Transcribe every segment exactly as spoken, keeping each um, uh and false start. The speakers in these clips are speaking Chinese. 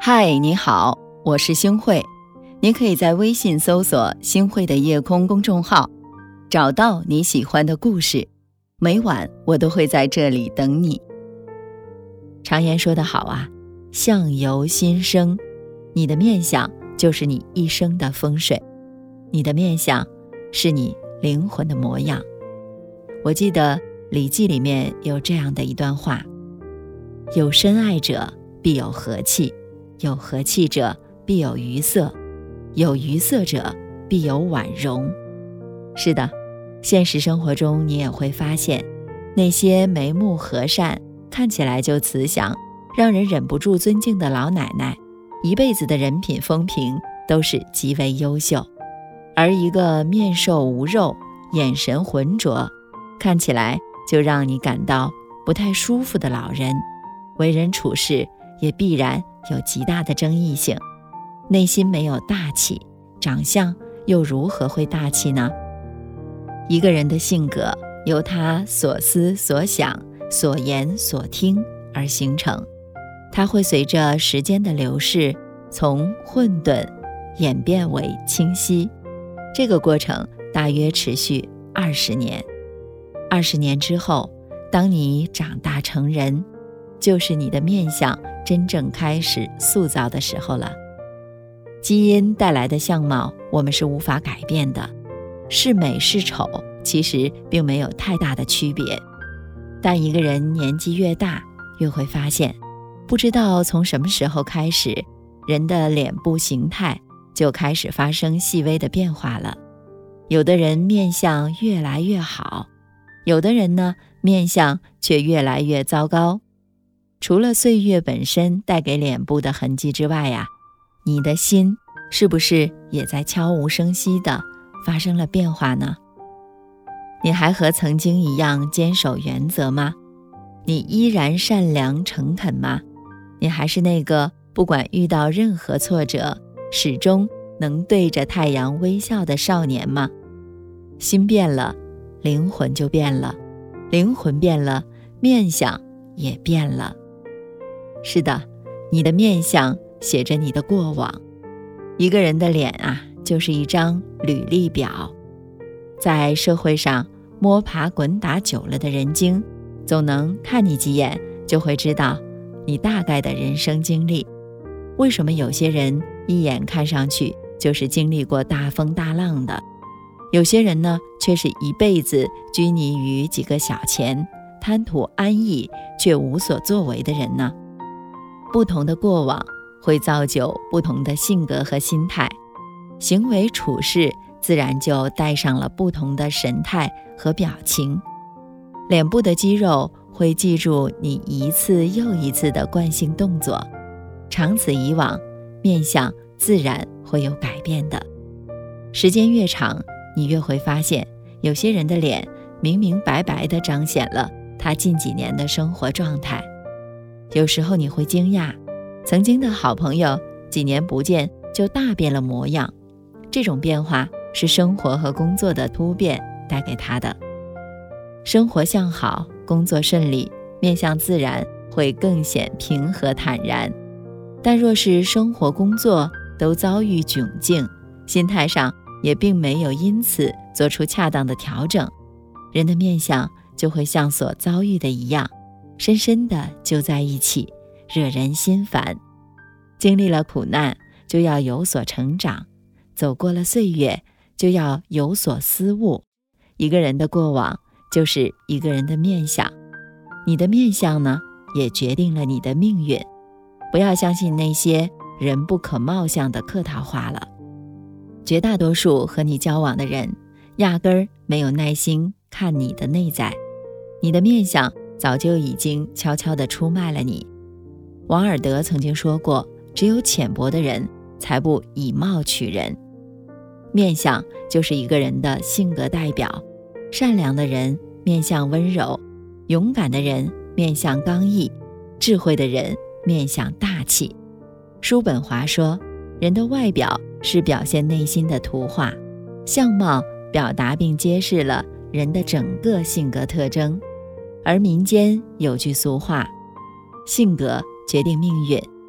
嗨，你好，我是星慧。你可以在微信搜索星慧的夜空公众号，找到你喜欢的故事。每晚我都会在这里等你。常言说得好啊，相由心生，你的面相就是你一生的风水，你的面相是你灵魂的模样。我记得《礼记》里面有这样的一段话：有深爱者必有和气，有和气者必有愉色，有愉色者必有婉容。是的，现实生活中你也会发现，那些眉目和善，看起来就慈祥，让人忍不住尊敬的老奶奶，一辈子的人品风评都是极为优秀。而一个面瘦无肉，眼神浑浊，看起来就让你感到不太舒服的老人，为人处事也必然有极大的争议性，内心没有大气，长相又如何会大气呢？一个人的性格由他所思所想、所言所听而形成，它会随着时间的流逝，从混沌演变为清晰。这个过程大约持续二十年。二十年之后，当你长大成人，就是你的面相真正开始塑造的时候了。基因带来的相貌我们是无法改变的，是美是丑其实并没有太大的区别。但一个人年纪越大，越会发现，不知道从什么时候开始，人的脸部形态就开始发生细微的变化了。有的人面相越来越好，有的人呢，面相却越来越糟糕。除了岁月本身带给脸部的痕迹之外呀，你的心是不是也在悄无声息地发生了变化呢？你还和曾经一样坚守原则吗？你依然善良诚恳吗？你还是那个不管遇到任何挫折，始终能对着太阳微笑的少年吗？心变了，灵魂就变了，灵魂变了，面相也变了。是的，你的面相写着你的过往。一个人的脸啊，就是一张履历表。在社会上摸爬滚打久了的人精，总能看你几眼就会知道你大概的人生经历。为什么有些人一眼看上去就是经历过大风大浪的，有些人呢却是一辈子拘泥于几个小钱，贪图安逸却无所作为的人呢？不同的过往会造就不同的性格和心态，行为处事自然就带上了不同的神态和表情。脸部的肌肉会记住你一次又一次的惯性动作，长此以往，面相自然会有改变的。时间越长，你越会发现，有些人的脸明明白白地彰显了他近几年的生活状态。有时候你会惊讶，曾经的好朋友几年不见就大变了模样，这种变化是生活和工作的突变带给他的。生活向好，工作顺利，面相自然会更显平和坦然。但若是生活工作都遭遇窘境，心态上也并没有因此做出恰当的调整，人的面相就会像所遭遇的一样，深深地揪在一起，惹人心烦。经历了苦难，就要有所成长，走过了岁月，就要有所思悟。一个人的过往就是一个人的面相，你的面相呢，也决定了你的命运。不要相信那些人不可貌相的客套话了。绝大多数和你交往的人，压根儿没有耐心看你的内在，你的面相早就已经悄悄地出卖了你。王尔德曾经说过，只有浅薄的人才不以貌取人。面相就是一个人的性格代表，善良的人面相温柔，勇敢的人面相刚毅，智慧的人面相大气。叔本华说，人的外表是表现内心的图画，相貌表达并揭示了人的整个性格特征。而民间有句俗话，性格决定命运。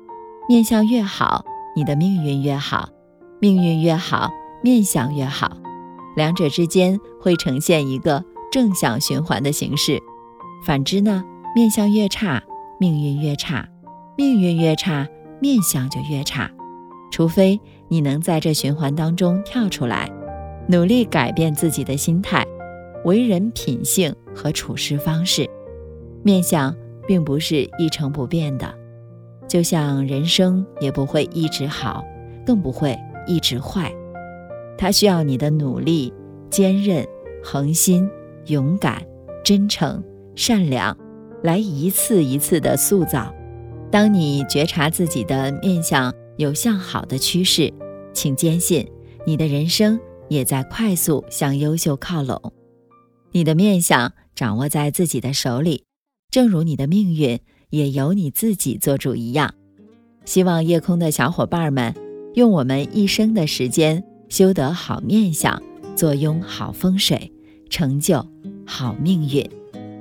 面相越好，你的命运越好，命运越好，面相越好，两者之间会呈现一个正向循环的形式。反之呢，面相越差，命运越差，命运越差，面相就越差。除非你能在这循环当中跳出来，努力改变自己的心态、为人品性和处事方式。面相并不是一成不变的，就像人生也不会一直好，更不会一直坏。它需要你的努力、坚韧、恒心、勇敢、真诚、善良，来一次一次的塑造。当你觉察自己的面相有向好的趋势，请坚信你的人生也在快速向优秀靠拢。你的面相掌握在自己的手里，正如你的命运也由你自己做主一样。希望夜空的小伙伴们用我们一生的时间修得好面相，坐拥好风水，成就好命运。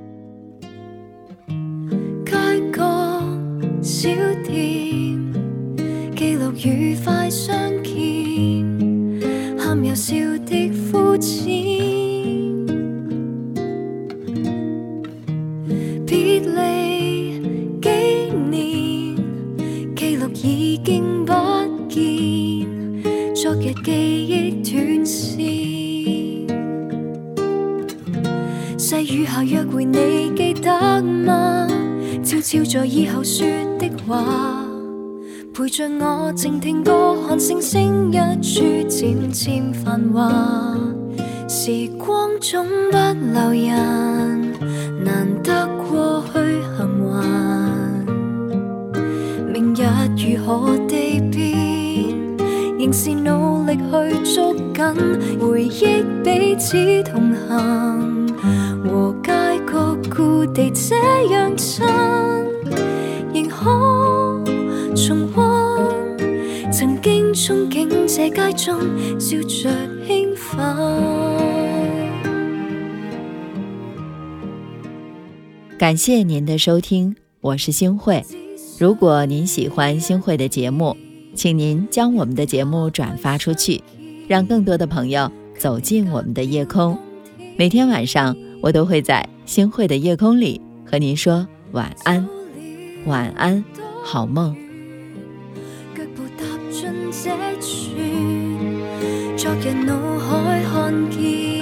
街角小店，記錄愉快相見，喊又笑的膚淺。別離幾年，記錄已經不見，昨日記憶斷線。細雨下約會你記得嗎？悄悄在以後說的話，陪着我靜聽歌，看星星一處漸漸繁華。時光總不留人，難得過去幸還。明日如何地變，仍是努力去捉緊回憶，彼此同行，和街角故地這樣親，仍可重溫曾經憧憬這街中笑着興奮。 感謝您的收聽，我是星慧。如果您喜歡星慧的節目，請您將我們的節目轉發出去，讓更多的朋友走進我們的夜空。每天晚上我都會在星慧的夜空裡和您說晚安，晚安，好夢。 腳步踏進這處，昨日腦海看見，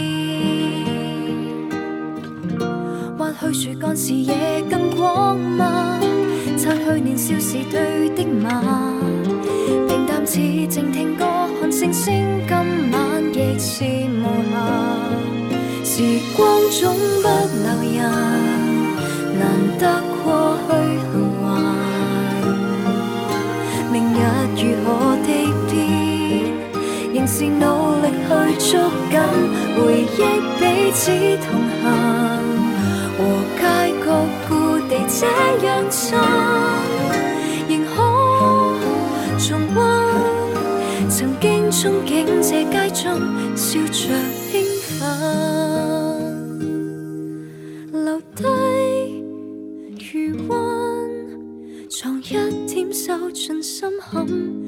或許樹幹視野更廣嗎？擦去年少時對的罵，平淡似靜聽歌，看星星，今晚亦是無瑕。時光總不留人，難得過去幸還。明日如何地變，仍是努力去捉緊回憶，彼此同行，和街角故地這樣親，仍可重溫曾經憧憬這街中笑着興奮，留低餘溫，藏一點手進心坎。